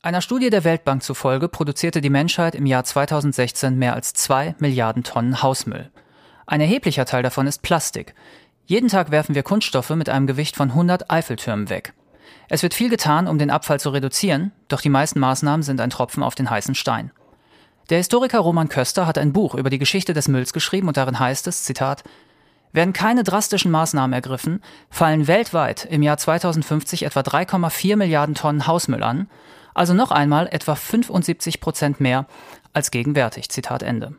Einer Studie der Weltbank zufolge produzierte die Menschheit im Jahr 2016 mehr als 2 Milliarden Tonnen Hausmüll. Ein erheblicher Teil davon ist Plastik. Jeden Tag werfen wir Kunststoffe mit einem Gewicht von 100 Eiffeltürmen weg. Es wird viel getan, um den Abfall zu reduzieren, doch die meisten Maßnahmen sind ein Tropfen auf den heißen Stein. Der Historiker Roman Köster hat ein Buch über die Geschichte des Mülls geschrieben und darin heißt es, Zitat, werden keine drastischen Maßnahmen ergriffen, fallen weltweit im Jahr 2050 etwa 3,4 Milliarden Tonnen Hausmüll an, also noch einmal etwa 75% mehr als gegenwärtig. Zitat Ende.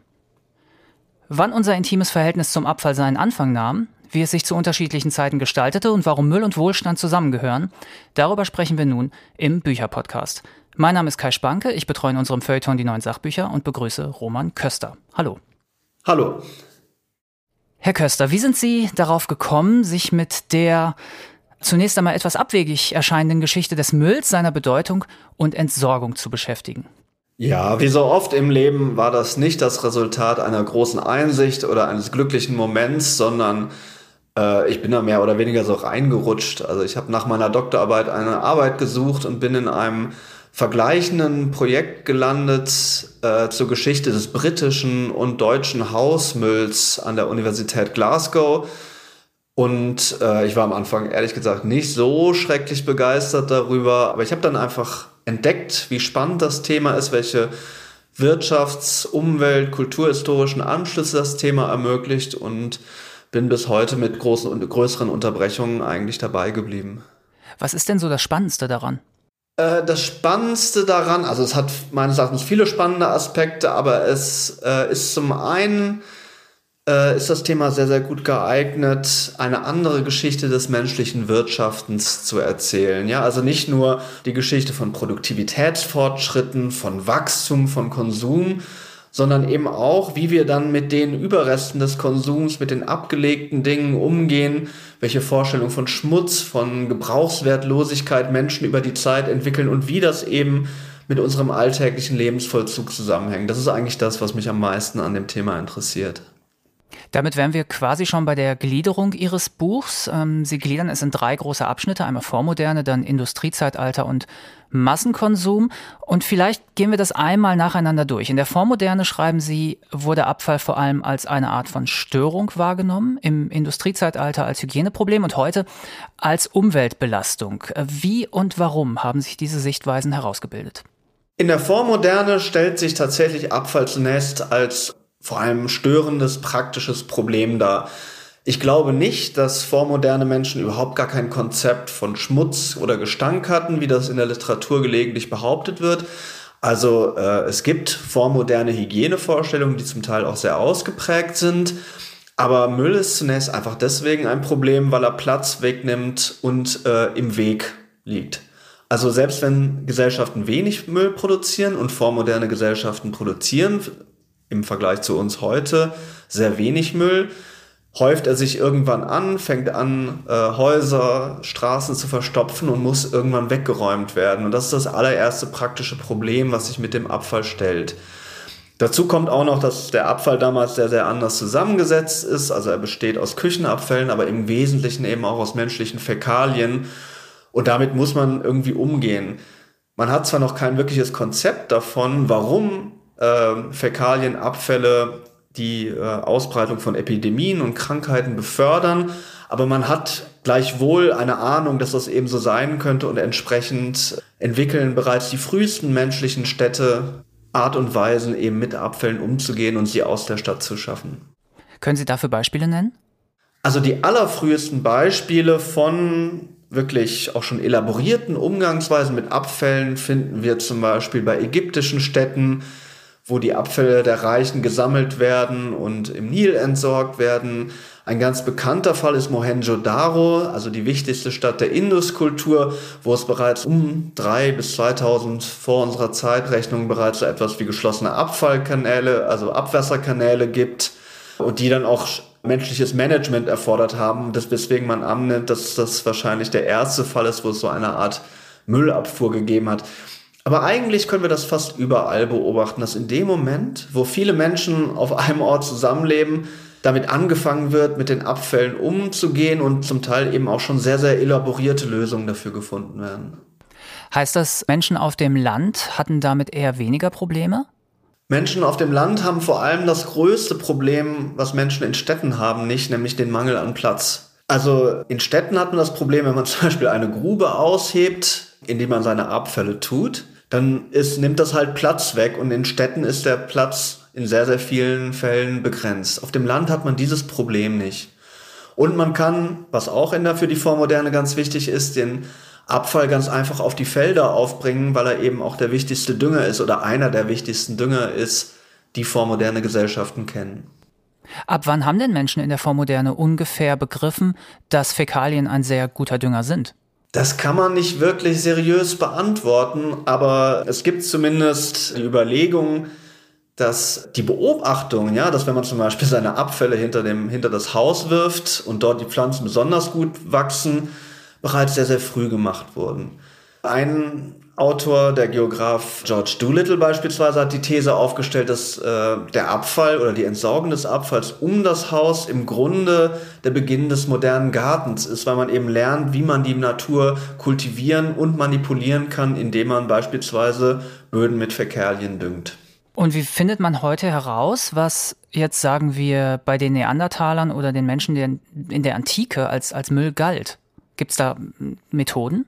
Wann unser intimes Verhältnis zum Abfall seinen Anfang nahm, wie es sich zu unterschiedlichen Zeiten gestaltete und warum Müll und Wohlstand zusammengehören, darüber sprechen wir nun im Bücherpodcast. Mein Name ist Kai Spanke, ich betreue in unserem Feuilleton die neuen Sachbücher und begrüße Roman Köster. Hallo. Hallo. Herr Köster, wie sind Sie darauf gekommen, sich mit der zunächst einmal etwas abwegig erscheinenden Geschichte des Mülls, seiner Bedeutung und Entsorgung zu beschäftigen? Ja, wie so oft im Leben war das nicht das Resultat einer großen Einsicht oder eines glücklichen Moments, sondern ich bin da mehr oder weniger so reingerutscht. Also ich habe nach meiner Doktorarbeit eine Arbeit gesucht und bin in einem vergleichenden Projekt gelandet zur Geschichte des britischen und deutschen Hausmülls an der Universität Glasgow. Und ich war am Anfang ehrlich gesagt nicht so schrecklich begeistert darüber, aber ich habe dann einfach entdeckt, wie spannend das Thema ist, welche Wirtschafts-, Umwelt-, kulturhistorischen Anschlüsse das Thema ermöglicht und bin bis heute mit großen und größeren Unterbrechungen eigentlich dabei geblieben. Was ist denn so das Spannendste daran? Das Spannendste daran, also es hat meines Erachtens viele spannende Aspekte, aber es ist zum einen ist das Thema sehr, sehr gut geeignet, eine andere Geschichte des menschlichen Wirtschaftens zu erzählen. Ja, also nicht nur die Geschichte von Produktivitätsfortschritten, von Wachstum, von Konsum, sondern eben auch, wie wir dann mit den Überresten des Konsums, mit den abgelegten Dingen umgehen, welche Vorstellung von Schmutz, von Gebrauchswertlosigkeit Menschen über die Zeit entwickeln und wie das eben mit unserem alltäglichen Lebensvollzug zusammenhängt. Das ist eigentlich das, was mich am meisten an dem Thema interessiert. Damit wären wir quasi schon bei der Gliederung Ihres Buchs. Sie gliedern es in 3 große Abschnitte, einmal Vormoderne, dann Industriezeitalter und Massenkonsum. Und vielleicht gehen wir das einmal nacheinander durch. In der Vormoderne, schreiben Sie, wurde Abfall vor allem als eine Art von Störung wahrgenommen, im Industriezeitalter als Hygieneproblem und heute als Umweltbelastung. Wie und warum haben sich diese Sichtweisen herausgebildet? In der Vormoderne stellt sich tatsächlich Abfall zunächst als vor allem störendes, praktisches Problem dar. Ich glaube nicht, dass vormoderne Menschen überhaupt gar kein Konzept von Schmutz oder Gestank hatten, wie das in der Literatur gelegentlich behauptet wird. Also es gibt vormoderne Hygienevorstellungen, die zum Teil auch sehr ausgeprägt sind. Aber Müll ist zunächst einfach deswegen ein Problem, weil er Platz wegnimmt und im Weg liegt. Also selbst wenn Gesellschaften wenig Müll produzieren und vormoderne Gesellschaften produzieren, im Vergleich zu uns heute sehr wenig Müll, häuft er sich irgendwann an, fängt an, Häuser, Straßen zu verstopfen und muss irgendwann weggeräumt werden. Und das ist das allererste praktische Problem, was sich mit dem Abfall stellt. Dazu kommt auch noch, dass der Abfall damals sehr, sehr anders zusammengesetzt ist. Also er besteht aus Küchenabfällen, aber im Wesentlichen eben auch aus menschlichen Fäkalien. Und damit muss man irgendwie umgehen. Man hat zwar noch kein wirkliches Konzept davon, warum Fäkalienabfälle die Ausbreitung von Epidemien und Krankheiten befördern, aber man hat gleichwohl eine Ahnung, dass das eben so sein könnte und entsprechend entwickeln bereits die frühesten menschlichen Städte Art und Weisen, eben mit Abfällen umzugehen und sie aus der Stadt zu schaffen. Können Sie dafür Beispiele nennen? Also die allerfrühesten Beispiele von wirklich auch schon elaborierten Umgangsweisen mit Abfällen finden wir zum Beispiel bei ägyptischen Städten, wo die Abfälle der Reichen gesammelt werden und im Nil entsorgt werden. Ein ganz bekannter Fall ist Mohenjo-Daro, also die wichtigste Stadt der Induskultur, wo es bereits um 3 bis 2000 vor unserer Zeitrechnung bereits so etwas wie geschlossene Abfallkanäle, also Abwasserkanäle gibt und die dann auch menschliches Management erfordert haben, weswegen man annimmt, dass das wahrscheinlich der erste Fall ist, wo es so eine Art Müllabfuhr gegeben hat. Aber eigentlich können wir das fast überall beobachten, dass in dem Moment, wo viele Menschen auf einem Ort zusammenleben, damit angefangen wird, mit den Abfällen umzugehen und zum Teil eben auch schon sehr, sehr elaborierte Lösungen dafür gefunden werden. Heißt das, Menschen auf dem Land hatten damit eher weniger Probleme? Menschen auf dem Land haben vor allem das größte Problem, was Menschen in Städten haben, nicht, nämlich den Mangel an Platz. Also in Städten hat man das Problem, wenn man zum Beispiel eine Grube aushebt, in die man seine Abfälle tut, dann nimmt das halt Platz weg und in Städten ist der Platz in sehr, sehr vielen Fällen begrenzt. Auf dem Land hat man dieses Problem nicht. Und man kann, was auch für die Vormoderne ganz wichtig ist, den Abfall ganz einfach auf die Felder aufbringen, weil er eben auch der wichtigste Dünger ist oder einer der wichtigsten Dünger ist, die vormoderne Gesellschaften kennen. Ab wann haben denn Menschen in der Vormoderne ungefähr begriffen, dass Fäkalien ein sehr guter Dünger sind? Das kann man nicht wirklich seriös beantworten, aber es gibt zumindest die Überlegung, dass die Beobachtung, dass wenn man zum Beispiel seine Abfälle hinter das Haus wirft und dort die Pflanzen besonders gut wachsen, bereits sehr, sehr früh gemacht wurden. Ein Autor, der Geograf George Doolittle beispielsweise, hat die These aufgestellt, dass der Abfall oder die Entsorgung des Abfalls um das Haus im Grunde der Beginn des modernen Gartens ist, weil man eben lernt, wie man die Natur kultivieren und manipulieren kann, indem man beispielsweise Böden mit Fäkalien düngt. Und wie findet man heute heraus, was jetzt, sagen wir, bei den Neandertalern oder den Menschen in der Antike als Müll galt? Gibt es da Methoden?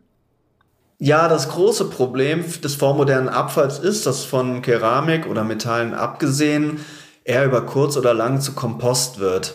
Ja, das große Problem des vormodernen Abfalls ist, dass von Keramik oder Metallen abgesehen er über kurz oder lang zu Kompost wird.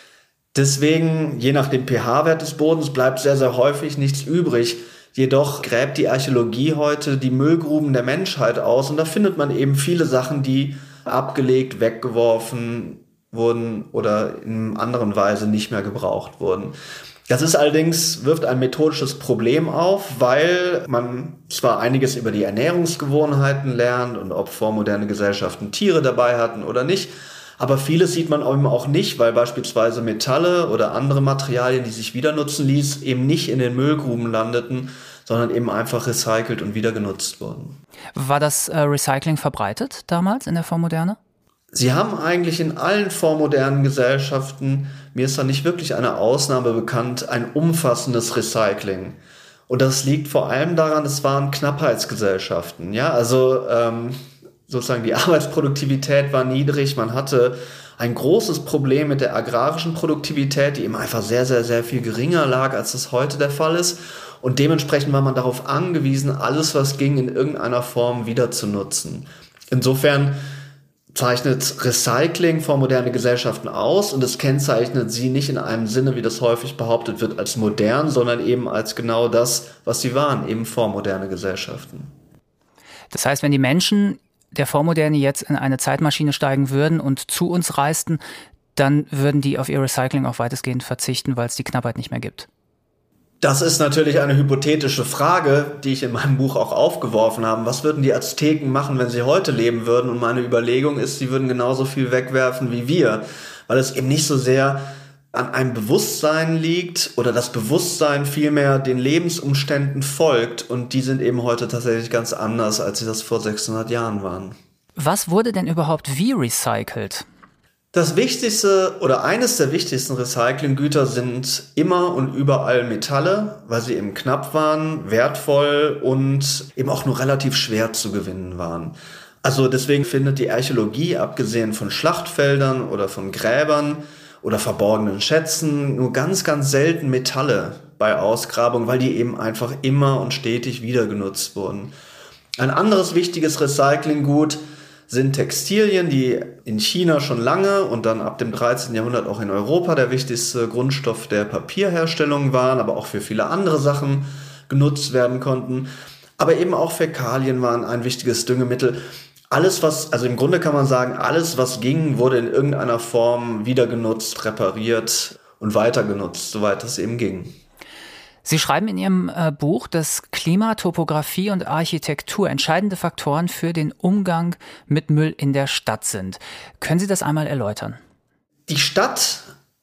Deswegen, je nach dem pH-Wert des Bodens, bleibt sehr, sehr häufig nichts übrig. Jedoch gräbt die Archäologie heute die Müllgruben der Menschheit aus und da findet man eben viele Sachen, die abgelegt, weggeworfen wurden oder in anderen Weise nicht mehr gebraucht wurden. Das wirft ein methodisches Problem auf, weil man zwar einiges über die Ernährungsgewohnheiten lernt und ob vormoderne Gesellschaften Tiere dabei hatten oder nicht, aber vieles sieht man eben auch nicht, weil beispielsweise Metalle oder andere Materialien, die sich wieder nutzen ließ, eben nicht in den Müllgruben landeten, sondern eben einfach recycelt und wieder genutzt wurden. War das Recycling verbreitet damals in der Vormoderne? Sie haben eigentlich in allen vormodernen Gesellschaften, mir ist da nicht wirklich eine Ausnahme bekannt, ein umfassendes Recycling. Und das liegt vor allem daran, es waren Knappheitsgesellschaften. Sozusagen die Arbeitsproduktivität war niedrig. Man hatte ein großes Problem mit der agrarischen Produktivität, die eben einfach sehr, sehr, sehr viel geringer lag, als das heute der Fall ist. Und dementsprechend war man darauf angewiesen, alles, was ging, in irgendeiner Form wieder zu nutzen. Insofern zeichnet Recycling vormoderne Gesellschaften aus und es kennzeichnet sie nicht in einem Sinne, wie das häufig behauptet wird, als modern, sondern eben als genau das, was sie waren, eben vormoderne Gesellschaften. Das heißt, wenn die Menschen der Vormoderne jetzt in eine Zeitmaschine steigen würden und zu uns reisten, dann würden die auf ihr Recycling auch weitestgehend verzichten, weil es die Knappheit nicht mehr gibt. Das ist natürlich eine hypothetische Frage, die ich in meinem Buch auch aufgeworfen habe. Was würden die Azteken machen, wenn sie heute leben würden? Und meine Überlegung ist, sie würden genauso viel wegwerfen wie wir, weil es eben nicht so sehr an einem Bewusstsein liegt oder das Bewusstsein vielmehr den Lebensumständen folgt. Und die sind eben heute tatsächlich ganz anders, als sie das vor 600 Jahren waren. Was wurde denn überhaupt wie recycelt? Das wichtigste oder eines der wichtigsten Recyclinggüter sind immer und überall Metalle, weil sie eben knapp waren, wertvoll und eben auch nur relativ schwer zu gewinnen waren. Also deswegen findet die Archäologie, abgesehen von Schlachtfeldern oder von Gräbern oder verborgenen Schätzen, nur ganz, ganz selten Metalle bei Ausgrabung, weil die eben einfach immer und stetig wieder genutzt wurden. Ein anderes wichtiges Recyclinggut sind Textilien, die in China schon lange und dann ab dem 13. Jahrhundert auch in Europa der wichtigste Grundstoff der Papierherstellung waren, aber auch für viele andere Sachen genutzt werden konnten. Aber eben auch Fäkalien waren ein wichtiges Düngemittel. Im Grunde kann man sagen, alles, was ging, wurde in irgendeiner Form wieder genutzt, repariert und weiter genutzt, soweit es eben ging. Sie schreiben in Ihrem Buch, dass Klima, Topographie und Architektur entscheidende Faktoren für den Umgang mit Müll in der Stadt sind. Können Sie das einmal erläutern? Die Stadt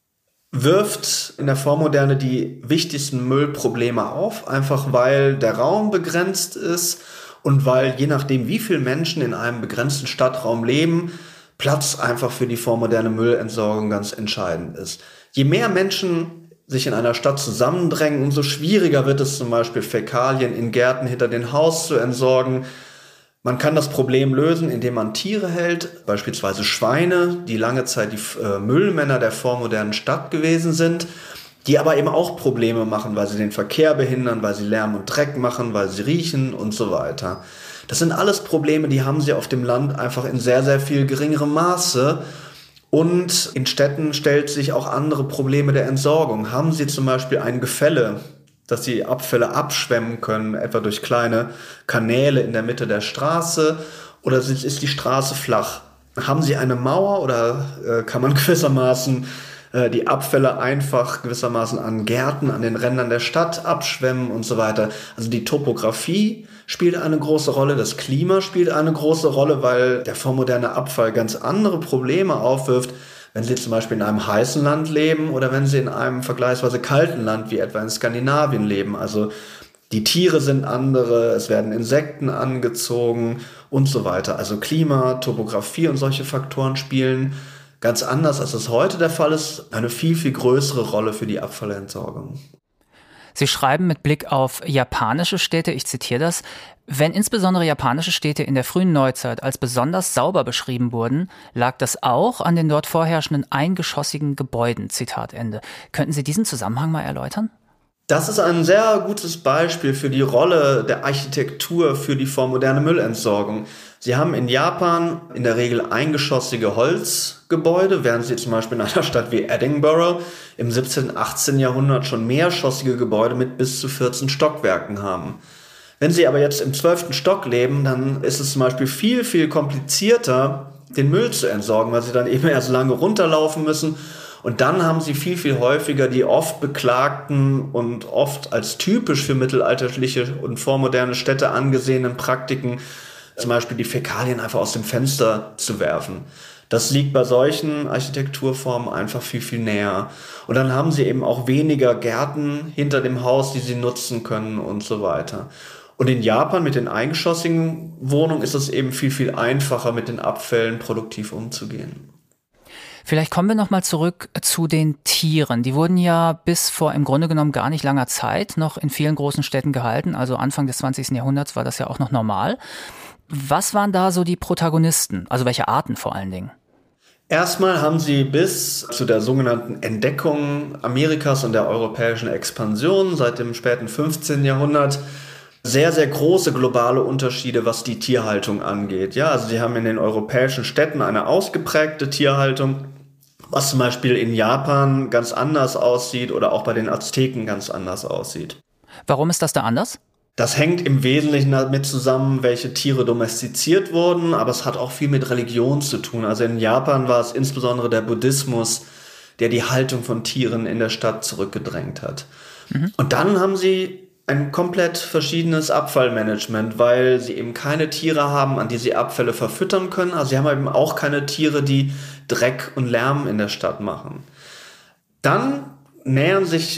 wirft in der Vormoderne die wichtigsten Müllprobleme auf, einfach weil der Raum begrenzt ist und weil je nachdem, wie viele Menschen in einem begrenzten Stadtraum leben, Platz einfach für die vormoderne Müllentsorgung ganz entscheidend ist. Je mehr Menschen sich in einer Stadt zusammendrängen, umso schwieriger wird es zum Beispiel, Fäkalien in Gärten hinter dem Haus zu entsorgen. Man kann das Problem lösen, indem man Tiere hält, beispielsweise Schweine, die lange Zeit die Müllmänner der vormodernen Stadt gewesen sind, die aber eben auch Probleme machen, weil sie den Verkehr behindern, weil sie Lärm und Dreck machen, weil sie riechen und so weiter. Das sind alles Probleme, die haben sie auf dem Land einfach in sehr, sehr viel geringerem Maße. Und in Städten stellt sich auch andere Probleme der Entsorgung. Haben Sie zum Beispiel ein Gefälle, dass Sie Abfälle abschwemmen können, etwa durch kleine Kanäle in der Mitte der Straße, oder ist die Straße flach? Haben Sie eine Mauer oder kann man gewissermaßen die Abfälle einfach gewissermaßen an Gärten, an den Rändern der Stadt abschwemmen und so weiter? Also die Topografie spielt eine große Rolle, das Klima spielt eine große Rolle, weil der vormoderne Abfall ganz andere Probleme aufwirft, wenn Sie zum Beispiel in einem heißen Land leben oder wenn Sie in einem vergleichsweise kalten Land wie etwa in Skandinavien leben. Also die Tiere sind andere, es werden Insekten angezogen und so weiter. Also Klima, Topografie und solche Faktoren spielen ganz anders, als es heute der Fall ist, eine viel, viel größere Rolle für die Abfallentsorgung. Sie schreiben mit Blick auf japanische Städte, ich zitiere das, wenn insbesondere japanische Städte in der frühen Neuzeit als besonders sauber beschrieben wurden, lag das auch an den dort vorherrschenden eingeschossigen Gebäuden. Zitat Ende. Könnten Sie diesen Zusammenhang mal erläutern? Das ist ein sehr gutes Beispiel für die Rolle der Architektur für die vormoderne Müllentsorgung. Sie haben in Japan in der Regel eingeschossige Holzgebäude, während Sie zum Beispiel in einer Stadt wie Edinburgh im 17. und 18. Jahrhundert schon mehrschossige Gebäude mit bis zu 14 Stockwerken haben. Wenn Sie aber jetzt im 12. Stock leben, dann ist es zum Beispiel viel, viel komplizierter, den Müll zu entsorgen, weil Sie dann eben erst lange runterlaufen müssen. Und dann haben Sie viel, viel häufiger die oft beklagten und oft als typisch für mittelalterliche und vormoderne Städte angesehenen Praktiken, zum Beispiel die Fäkalien einfach aus dem Fenster zu werfen. Das liegt bei solchen Architekturformen einfach viel, viel näher. Und dann haben Sie eben auch weniger Gärten hinter dem Haus, die Sie nutzen können und so weiter. Und in Japan mit den eingeschossigen Wohnungen ist es eben viel, viel einfacher, mit den Abfällen produktiv umzugehen. Vielleicht kommen wir nochmal zurück zu den Tieren. Die wurden ja bis vor im Grunde genommen gar nicht langer Zeit noch in vielen großen Städten gehalten. Also Anfang des 20. Jahrhunderts war das ja auch noch normal. Was waren da so die Protagonisten? Also welche Arten vor allen Dingen? Erstmal haben sie bis zu der sogenannten Entdeckung Amerikas und der europäischen Expansion seit dem späten 15. Jahrhundert sehr, sehr große globale Unterschiede, was die Tierhaltung angeht. Ja, also sie haben in den europäischen Städten eine ausgeprägte Tierhaltung, was zum Beispiel in Japan ganz anders aussieht oder auch bei den Azteken ganz anders aussieht. Warum ist das da anders? Das hängt im Wesentlichen damit zusammen, welche Tiere domestiziert wurden, aber es hat auch viel mit Religion zu tun. Also in Japan war es insbesondere der Buddhismus, der die Haltung von Tieren in der Stadt zurückgedrängt hat. Und dann haben sie ein komplett verschiedenes Abfallmanagement, weil sie eben keine Tiere haben, an die sie Abfälle verfüttern können. Also sie haben eben auch keine Tiere, die Dreck und Lärm in der Stadt machen. Dann nähern sich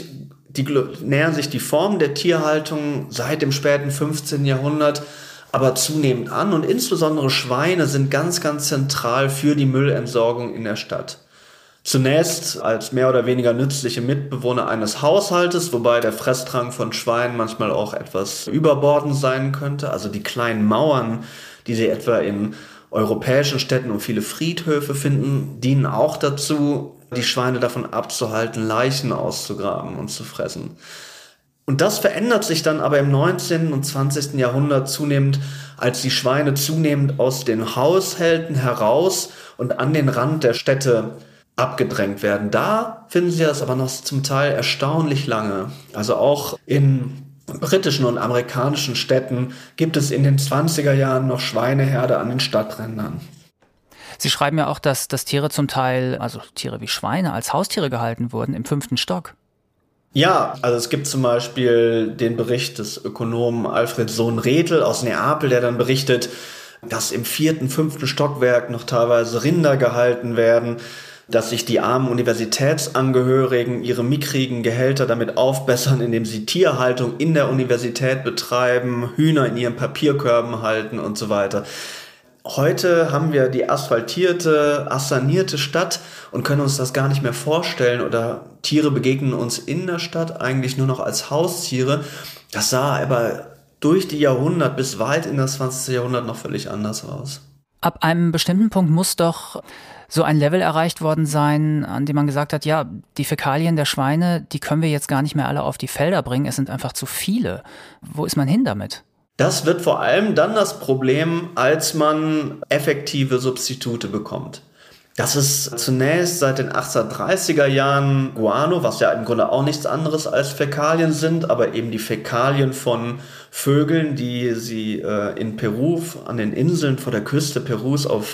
die Formen der Tierhaltung seit dem späten 15. Jahrhundert aber zunehmend an. Und insbesondere Schweine sind ganz, ganz zentral für die Müllentsorgung in der Stadt. Zunächst als mehr oder weniger nützliche Mitbewohner eines Haushaltes, wobei der Fressdrang von Schweinen manchmal auch etwas überbordend sein könnte. Also die kleinen Mauern, die Sie etwa in europäischen Städten und viele Friedhöfe finden, dienen auch dazu, die Schweine davon abzuhalten, Leichen auszugraben und zu fressen. Und das verändert sich dann aber im 19. und 20. Jahrhundert zunehmend, als die Schweine zunehmend aus den Haushalten heraus und an den Rand der Städte abgedrängt werden. Da finden Sie das aber noch zum Teil erstaunlich lange. Also auch in britischen und amerikanischen Städten gibt es in den 20er Jahren noch Schweineherde an den Stadträndern. Sie schreiben ja auch, dass Tiere zum Teil, also Tiere wie Schweine, als Haustiere gehalten wurden im 5. Stock. Ja, also es gibt zum Beispiel den Bericht des Ökonomen Alfred Sohn-Rethel aus Neapel, der dann berichtet, dass im 4., 5. Stockwerk noch teilweise Rinder gehalten werden, dass sich die armen Universitätsangehörigen ihre mickrigen Gehälter damit aufbessern, indem sie Tierhaltung in der Universität betreiben, Hühner in ihren Papierkörben halten und so weiter. Heute haben wir die asphaltierte, assanierte Stadt und können uns das gar nicht mehr vorstellen, oder Tiere begegnen uns in der Stadt eigentlich nur noch als Haustiere. Das sah aber durch die Jahrhunderte bis weit in das 20. Jahrhundert noch völlig anders aus. Ab einem bestimmten Punkt muss doch so ein Level erreicht worden sein, an dem man gesagt hat, ja, die Fäkalien der Schweine, die können wir jetzt gar nicht mehr alle auf die Felder bringen, es sind einfach zu viele. Wo ist man hin damit? Das wird vor allem dann das Problem, als man effektive Substitute bekommt. Das ist zunächst seit den 1830er Jahren Guano, was ja im Grunde auch nichts anderes als Fäkalien sind, aber eben die Fäkalien von Vögeln, die sie in Peru, an den Inseln vor der Küste Perus auf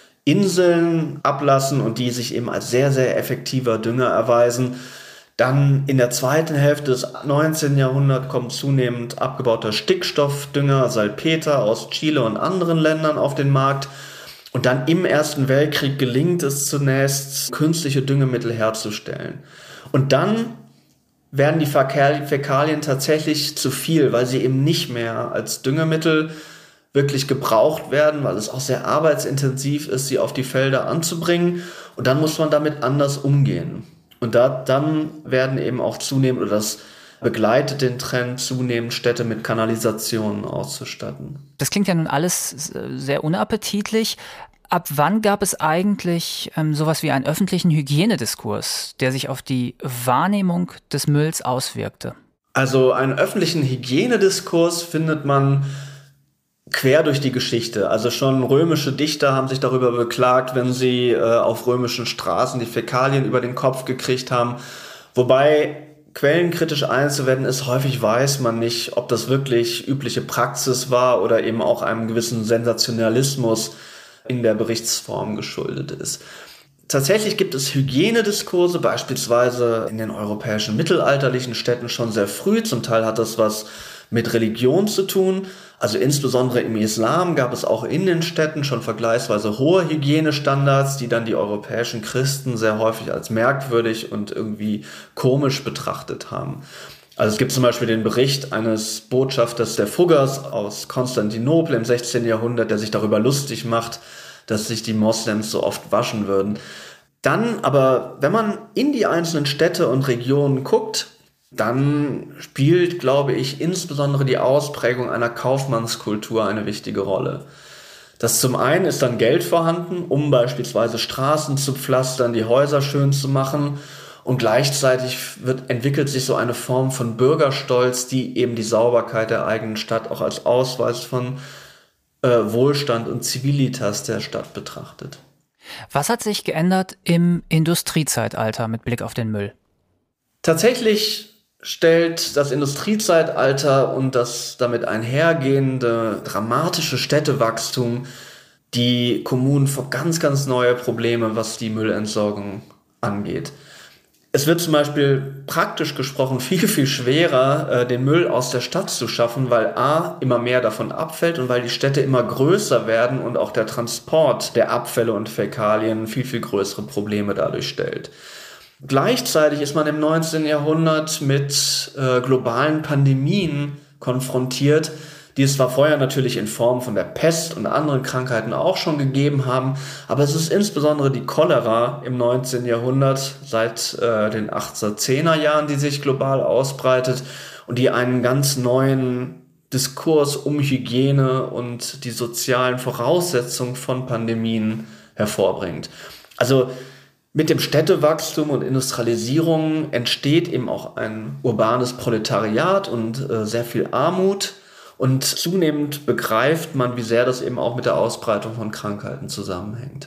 Inseln ablassen und die sich eben als sehr, sehr effektiver Dünger erweisen. Dann in der zweiten Hälfte des 19. Jahrhunderts kommt zunehmend abgebauter Stickstoffdünger, Salpeter aus Chile und anderen Ländern auf den Markt. Und dann im Ersten Weltkrieg gelingt es zunächst, künstliche Düngemittel herzustellen. Und dann werden die Fäkalien tatsächlich zu viel, weil sie eben nicht mehr als Düngemittel wirklich gebraucht werden, weil es auch sehr arbeitsintensiv ist, sie auf die Felder anzubringen. Und dann muss man damit anders umgehen. Und dann werden eben auch zunehmend, oder das begleitet den Trend, zunehmend Städte mit Kanalisationen auszustatten. Das klingt ja nun alles sehr unappetitlich. Ab wann gab es eigentlich sowas wie einen öffentlichen Hygienediskurs, der sich auf die Wahrnehmung des Mülls auswirkte? Also einen öffentlichen Hygienediskurs findet man quer durch die Geschichte. Also schon römische Dichter haben sich darüber beklagt, wenn sie auf römischen Straßen die Fäkalien über den Kopf gekriegt haben. Wobei quellenkritisch einzuwenden ist, häufig weiß man nicht, ob das wirklich übliche Praxis war oder eben auch einem gewissen Sensationalismus in der Berichtsform geschuldet ist. Tatsächlich gibt es Hygienediskurse, beispielsweise in den europäischen mittelalterlichen Städten schon sehr früh. Zum Teil hat das was mit Religion zu tun. Also insbesondere im Islam gab es auch in den Städten schon vergleichsweise hohe Hygienestandards, die dann die europäischen Christen sehr häufig als merkwürdig und irgendwie komisch betrachtet haben. Also es gibt zum Beispiel den Bericht eines Botschafters der Fuggers aus Konstantinopel im 16. Jahrhundert, der sich darüber lustig macht, dass sich die Moslems so oft waschen würden. Dann aber, wenn man in die einzelnen Städte und Regionen guckt, dann spielt, glaube ich, insbesondere die Ausprägung einer Kaufmannskultur eine wichtige Rolle. Das zum einen ist dann Geld vorhanden, um beispielsweise Straßen zu pflastern, die Häuser schön zu machen, und gleichzeitig entwickelt sich so eine Form von Bürgerstolz, die eben die Sauberkeit der eigenen Stadt auch als Ausweis von Wohlstand und Civilitas der Stadt betrachtet. Was hat sich geändert im Industriezeitalter mit Blick auf den Müll? Tatsächlich stellt das Industriezeitalter und das damit einhergehende dramatische Städtewachstum die Kommunen vor ganz, ganz neue Probleme, was die Müllentsorgung angeht. Es wird zum Beispiel praktisch gesprochen viel, viel schwerer, den Müll aus der Stadt zu schaffen, weil a. immer mehr davon abfällt und weil die Städte immer größer werden und auch der Transport der Abfälle und Fäkalien viel, viel größere Probleme dadurch stellt. Gleichzeitig ist man im 19. Jahrhundert mit globalen Pandemien konfrontiert, die es zwar vorher natürlich in Form von der Pest und anderen Krankheiten auch schon gegeben haben, aber es ist insbesondere die Cholera im 19. Jahrhundert seit den 1810er Jahren, die sich global ausbreitet und die einen ganz neuen Diskurs um Hygiene und die sozialen Voraussetzungen von Pandemien hervorbringt. Also mit dem Städtewachstum und Industrialisierung entsteht eben auch ein urbanes Proletariat und sehr viel Armut. Und zunehmend begreift man, wie sehr das eben auch mit der Ausbreitung von Krankheiten zusammenhängt.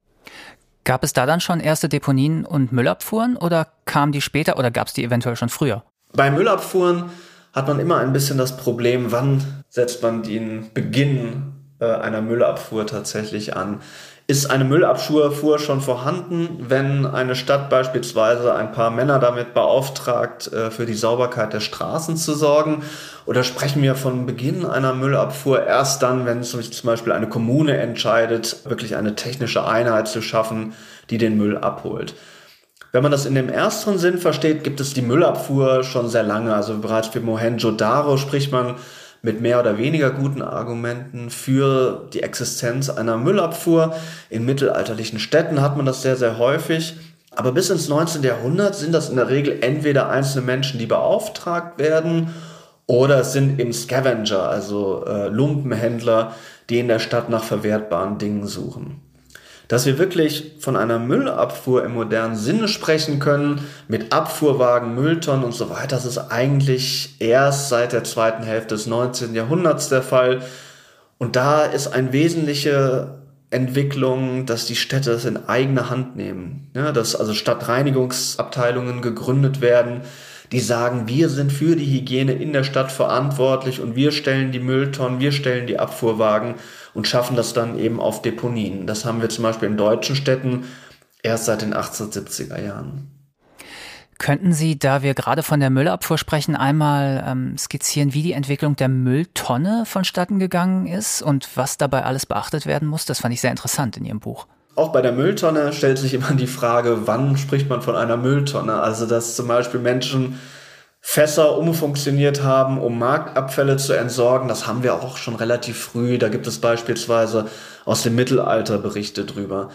Gab es da dann schon erste Deponien und Müllabfuhren oder kamen die später oder gab es die eventuell schon früher? Bei Müllabfuhren hat man immer ein bisschen das Problem, wann setzt man den Beginn einer Müllabfuhr tatsächlich an. Ist eine Müllabfuhr schon vorhanden, wenn eine Stadt beispielsweise ein paar Männer damit beauftragt, für die Sauberkeit der Straßen zu sorgen? Oder sprechen wir von Beginn einer Müllabfuhr erst dann, wenn zum Beispiel eine Kommune entscheidet, wirklich eine technische Einheit zu schaffen, die den Müll abholt? Wenn man das in dem ersteren Sinn versteht, gibt es die Müllabfuhr schon sehr lange. Also bereits für Mohenjo-Daro spricht man mit mehr oder weniger guten Argumenten für die Existenz einer Müllabfuhr. In mittelalterlichen Städten hat man das sehr, sehr häufig. Aber bis ins 19. Jahrhundert sind das in der Regel entweder einzelne Menschen, die beauftragt werden, oder es sind eben Scavenger, also Lumpenhändler, die in der Stadt nach verwertbaren Dingen suchen. Dass wir wirklich von einer Müllabfuhr im modernen Sinne sprechen können, mit Abfuhrwagen, Mülltonnen und so weiter, das ist eigentlich erst seit der zweiten Hälfte des 19. Jahrhunderts der Fall. Und da ist eine wesentliche Entwicklung, dass die Städte es in eigene Hand nehmen. Ja, dass also Stadtreinigungsabteilungen gegründet werden, die sagen, wir sind für die Hygiene in der Stadt verantwortlich und wir stellen die Mülltonnen, wir stellen die Abfuhrwagen und schaffen das dann eben auf Deponien. Das haben wir zum Beispiel in deutschen Städten erst seit den 1870er Jahren. Könnten Sie, da wir gerade von der Müllabfuhr sprechen, einmal skizzieren, wie die Entwicklung der Mülltonne vonstatten gegangen ist und was dabei alles beachtet werden muss? Das fand ich sehr interessant in Ihrem Buch. Auch bei der Mülltonne stellt sich immer die Frage, wann spricht man von einer Mülltonne? Also, dass zum Beispiel Menschen Fässer umfunktioniert haben, um Marktabfälle zu entsorgen, das haben wir auch schon relativ früh. Da gibt es beispielsweise aus dem Mittelalter Berichte drüber.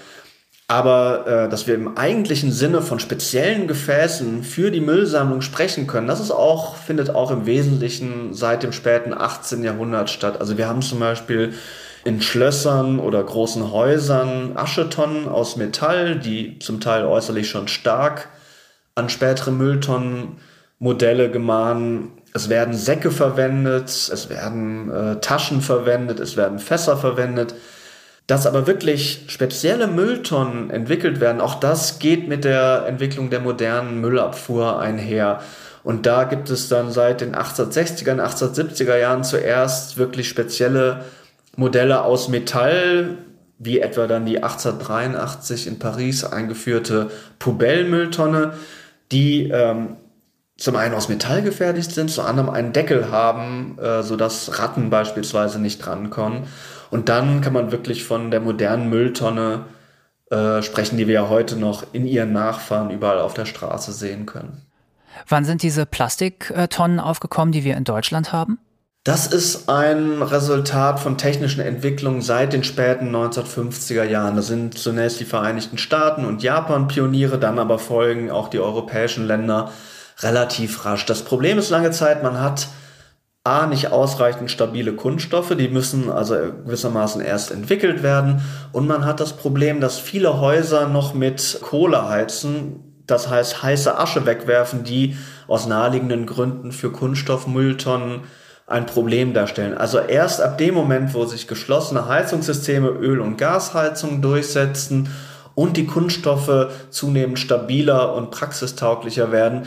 Aber dass wir im eigentlichen Sinne von speziellen Gefäßen für die Müllsammlung sprechen können, findet auch im Wesentlichen seit dem späten 18. Jahrhundert statt. Also wir haben zum Beispiel in Schlössern oder großen Häusern Aschetonnen aus Metall, die zum Teil äußerlich schon stark an spätere Mülltonnenmodelle gemahnen. Es werden Säcke verwendet, es werden Taschen verwendet, es werden Fässer verwendet. Dass aber wirklich spezielle Mülltonnen entwickelt werden, auch das geht mit der Entwicklung der modernen Müllabfuhr einher. Und da gibt es dann seit den 1860er, 1870er Jahren zuerst wirklich spezielle Modelle aus Metall, wie etwa dann die 1883 in Paris eingeführte Poubelle-Mülltonne, die zum einen aus Metall gefertigt sind, zum anderen einen Deckel haben, sodass Ratten beispielsweise nicht drankommen. Und dann kann man wirklich von der modernen Mülltonne sprechen, die wir ja heute noch in ihren Nachfahren überall auf der Straße sehen können. Wann sind diese Plastiktonnen aufgekommen, die wir in Deutschland haben? Das ist ein Resultat von technischen Entwicklungen seit den späten 1950er Jahren. Da sind zunächst die Vereinigten Staaten und Japan Pioniere, dann aber folgen auch die europäischen Länder relativ rasch. Das Problem ist lange Zeit, man hat nicht ausreichend stabile Kunststoffe, die müssen also gewissermaßen erst entwickelt werden. Und man hat das Problem, dass viele Häuser noch mit Kohle heizen, das heißt heiße Asche wegwerfen, die aus naheliegenden Gründen für Kunststoffmülltonnen ein Problem darstellen. Also erst ab dem Moment, wo sich geschlossene Heizungssysteme, Öl- und Gasheizungen durchsetzen und die Kunststoffe zunehmend stabiler und praxistauglicher werden,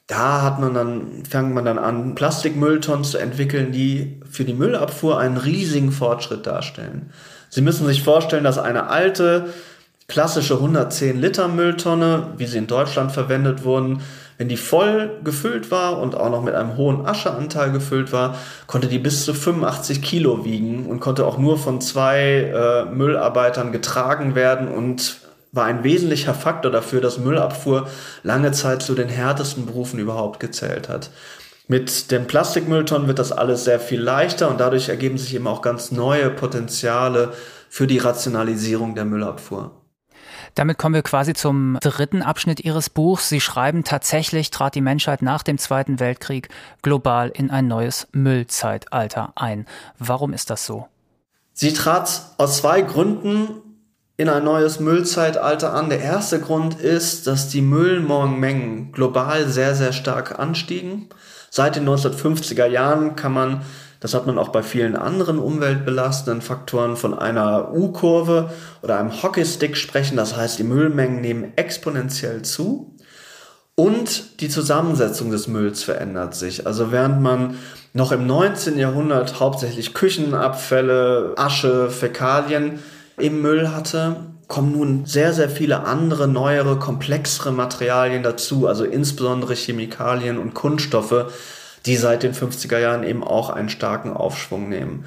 fängt man dann an, Plastikmülltonnen zu entwickeln, die für die Müllabfuhr einen riesigen Fortschritt darstellen. Sie müssen sich vorstellen, dass eine alte, klassische 110 Liter Mülltonne, wie sie in Deutschland verwendet wurden, wenn die voll gefüllt war und auch noch mit einem hohen Ascheanteil gefüllt war, konnte die bis zu 85 Kilo wiegen und konnte auch nur von 2 Müllarbeitern getragen werden und war ein wesentlicher Faktor dafür, dass Müllabfuhr lange Zeit zu den härtesten Berufen überhaupt gezählt hat. Mit den Plastikmülltonnen wird das alles sehr viel leichter und dadurch ergeben sich eben auch ganz neue Potenziale für die Rationalisierung der Müllabfuhr. Damit kommen wir quasi zum dritten Abschnitt Ihres Buchs. Sie schreiben, tatsächlich trat die Menschheit nach dem Zweiten Weltkrieg global in ein neues Müllzeitalter ein. Warum ist das so? Sie trat aus 2 Gründen in ein neues Müllzeitalter an. Der erste Grund ist, dass die Müllmengen global sehr, sehr stark anstiegen. Seit den 1950er Jahren das hat man auch bei vielen anderen umweltbelastenden Faktoren, von einer U-Kurve oder einem Hockeystick sprechen. Das heißt, die Müllmengen nehmen exponentiell zu und die Zusammensetzung des Mülls verändert sich. Also während man noch im 19. Jahrhundert hauptsächlich Küchenabfälle, Asche, Fäkalien im Müll hatte, kommen nun sehr, sehr viele andere, neuere, komplexere Materialien dazu, also insbesondere Chemikalien und Kunststoffe, die seit den 50er Jahren eben auch einen starken Aufschwung nehmen.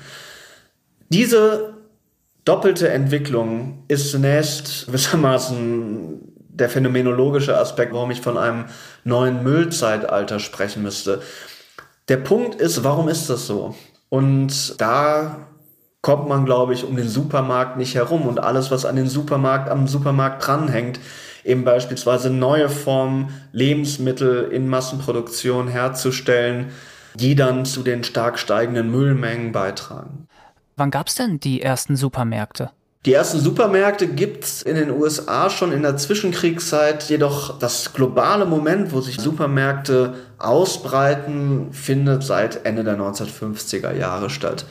Diese doppelte Entwicklung ist zunächst gewissermaßen der phänomenologische Aspekt, warum ich von einem neuen Müllzeitalter sprechen müsste. Der Punkt ist, warum ist das so? Und da kommt man, glaube ich, um den Supermarkt nicht herum. Und alles, was am Supermarkt dranhängt, eben beispielsweise neue Formen, Lebensmittel in Massenproduktion herzustellen, die dann zu den stark steigenden Müllmengen beitragen. Wann gab es denn die ersten Supermärkte? Die ersten Supermärkte gibt's in den USA schon in der Zwischenkriegszeit, jedoch das globale Moment, wo sich Supermärkte ausbreiten, findet seit Ende der 1950er Jahre statt.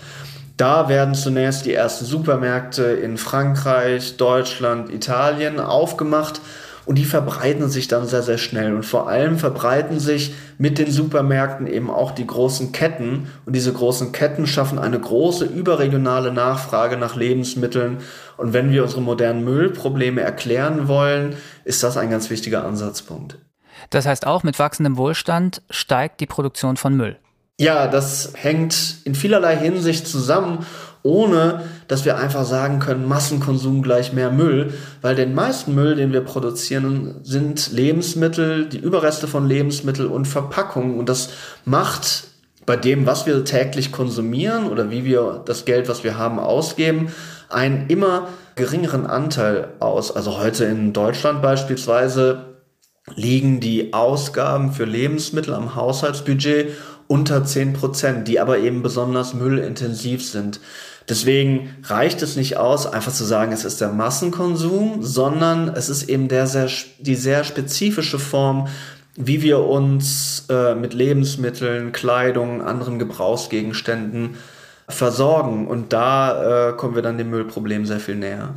Da werden zunächst die ersten Supermärkte in Frankreich, Deutschland, Italien aufgemacht und die verbreiten sich dann sehr, sehr schnell. Und vor allem verbreiten sich mit den Supermärkten eben auch die großen Ketten. Und diese großen Ketten schaffen eine große überregionale Nachfrage nach Lebensmitteln. Und wenn wir unsere modernen Müllprobleme erklären wollen, ist das ein ganz wichtiger Ansatzpunkt. Das heißt, auch mit wachsendem Wohlstand steigt die Produktion von Müll. Ja, das hängt in vielerlei Hinsicht zusammen, ohne dass wir einfach sagen können, Massenkonsum gleich mehr Müll, weil den meisten Müll, den wir produzieren, sind Lebensmittel, die Überreste von Lebensmitteln und Verpackungen. Und das macht bei dem, was wir täglich konsumieren oder wie wir das Geld, was wir haben, ausgeben, einen immer geringeren Anteil aus. Also heute in Deutschland beispielsweise liegen die Ausgaben für Lebensmittel am Haushaltsbudget unter 10%, die aber eben besonders müllintensiv sind. Deswegen reicht es nicht aus, einfach zu sagen, es ist der Massenkonsum, sondern es ist eben die sehr spezifische Form, wie wir uns mit Lebensmitteln, Kleidung, anderen Gebrauchsgegenständen versorgen. Und da kommen wir dann dem Müllproblem sehr viel näher.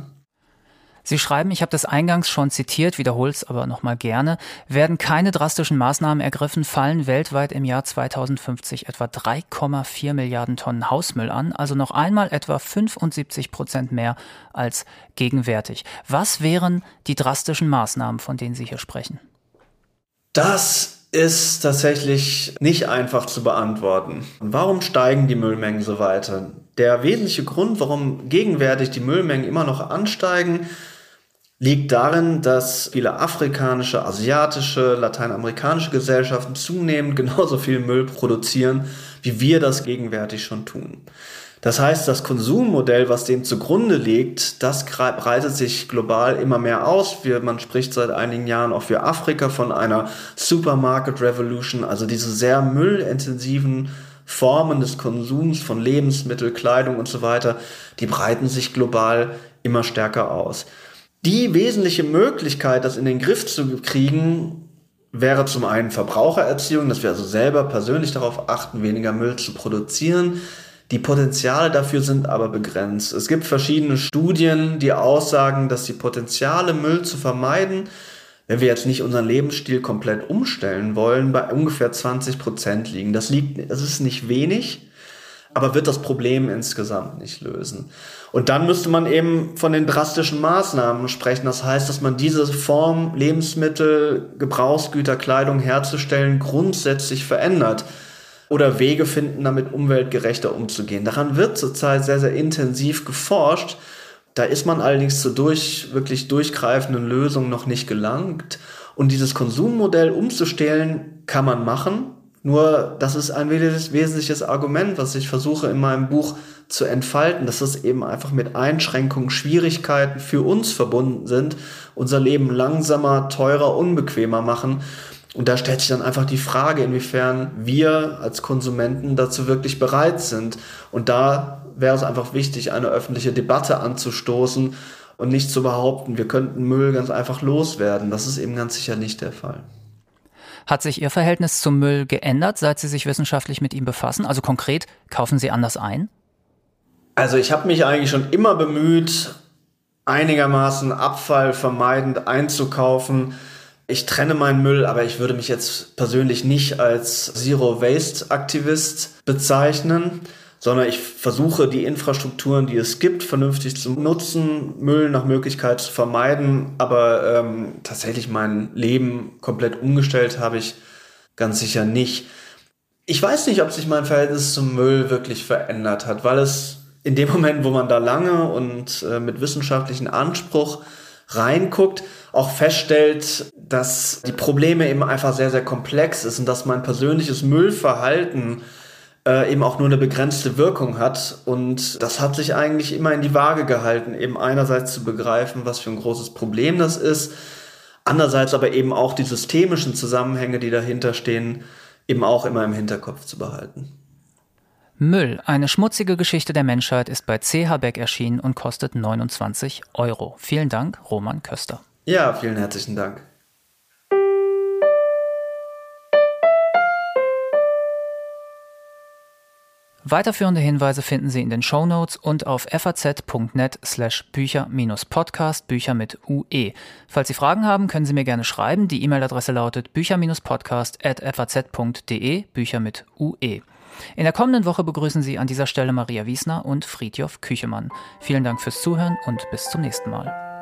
Sie schreiben, ich habe das eingangs schon zitiert, wiederhole es aber nochmal gerne, werden keine drastischen Maßnahmen ergriffen, fallen weltweit im Jahr 2050 etwa 3,4 Milliarden Tonnen Hausmüll an, also noch einmal etwa 75% mehr als gegenwärtig. Was wären die drastischen Maßnahmen, von denen Sie hier sprechen? Das ist tatsächlich nicht einfach zu beantworten. Warum steigen die Müllmengen so weiter? Der wesentliche Grund, warum gegenwärtig die Müllmengen immer noch ansteigen, liegt darin, dass viele afrikanische, asiatische, lateinamerikanische Gesellschaften zunehmend genauso viel Müll produzieren, wie wir das gegenwärtig schon tun. Das heißt, das Konsummodell, was dem zugrunde liegt, das breitet sich global immer mehr aus. Man spricht seit einigen Jahren auch für Afrika von einer Supermarket Revolution, also diese sehr müllintensiven Formen des Konsums von Lebensmittel, Kleidung und so weiter, die breiten sich global immer stärker aus. Die wesentliche Möglichkeit, das in den Griff zu kriegen, wäre zum einen Verbrauchererziehung, dass wir also selber persönlich darauf achten, weniger Müll zu produzieren. Die Potenziale dafür sind aber begrenzt. Es gibt verschiedene Studien, die aussagen, dass die Potenziale, Müll zu vermeiden, wenn wir jetzt nicht unseren Lebensstil komplett umstellen wollen, bei ungefähr 20% liegen. Das ist nicht wenig, aber wird das Problem insgesamt nicht lösen. Und dann müsste man eben von den drastischen Maßnahmen sprechen. Das heißt, dass man diese Form, Lebensmittel, Gebrauchsgüter, Kleidung herzustellen, grundsätzlich verändert oder Wege finden, damit umweltgerechter umzugehen. Daran wird zurzeit sehr, sehr intensiv geforscht. Da ist man allerdings zu wirklich durchgreifenden Lösungen noch nicht gelangt. Und dieses Konsummodell umzustellen, kann man machen. Nur, das ist ein wesentliches Argument, was ich versuche in meinem Buch zu entfalten, dass es eben einfach mit Einschränkungen, Schwierigkeiten für uns verbunden sind, unser Leben langsamer, teurer, unbequemer machen. Und da stellt sich dann einfach die Frage, inwiefern wir als Konsumenten dazu wirklich bereit sind. Und da wäre es einfach wichtig, eine öffentliche Debatte anzustoßen und nicht zu behaupten, wir könnten Müll ganz einfach loswerden. Das ist eben ganz sicher nicht der Fall. Hat sich Ihr Verhältnis zum Müll geändert, seit Sie sich wissenschaftlich mit ihm befassen? Also konkret, kaufen Sie anders ein? Also ich habe mich eigentlich schon immer bemüht, einigermaßen abfallvermeidend einzukaufen. Ich trenne meinen Müll, aber ich würde mich jetzt persönlich nicht als Zero-Waste-Aktivist bezeichnen, sondern ich versuche, die Infrastrukturen, die es gibt, vernünftig zu nutzen, Müll nach Möglichkeit zu vermeiden. Aber tatsächlich mein Leben komplett umgestellt habe ich ganz sicher nicht. Ich weiß nicht, ob sich mein Verhältnis zum Müll wirklich verändert hat, weil es in dem Moment, wo man da lange und mit wissenschaftlichem Anspruch reinguckt, auch feststellt, dass die Probleme eben einfach sehr, sehr komplex ist und dass mein persönliches Müllverhalten eben auch nur eine begrenzte Wirkung hat. Und das hat sich eigentlich immer in die Waage gehalten, eben einerseits zu begreifen, was für ein großes Problem das ist, andererseits aber eben auch die systemischen Zusammenhänge, die dahinter stehen, eben auch immer im Hinterkopf zu behalten. Müll, eine schmutzige Geschichte der Menschheit, ist bei CH Beck erschienen und kostet 29 €. Vielen Dank, Roman Köster. Ja, vielen herzlichen Dank. Weiterführende Hinweise finden Sie in den Shownotes und auf faz.net/bücher-podcast, Bücher mit UE. Falls Sie Fragen haben, können Sie mir gerne schreiben. Die E-Mail-Adresse lautet bücher-podcast@faz.de, Bücher mit UE. In der kommenden Woche begrüßen Sie an dieser Stelle Maria Wiesner und Fridtjof Küchemann. Vielen Dank fürs Zuhören und bis zum nächsten Mal.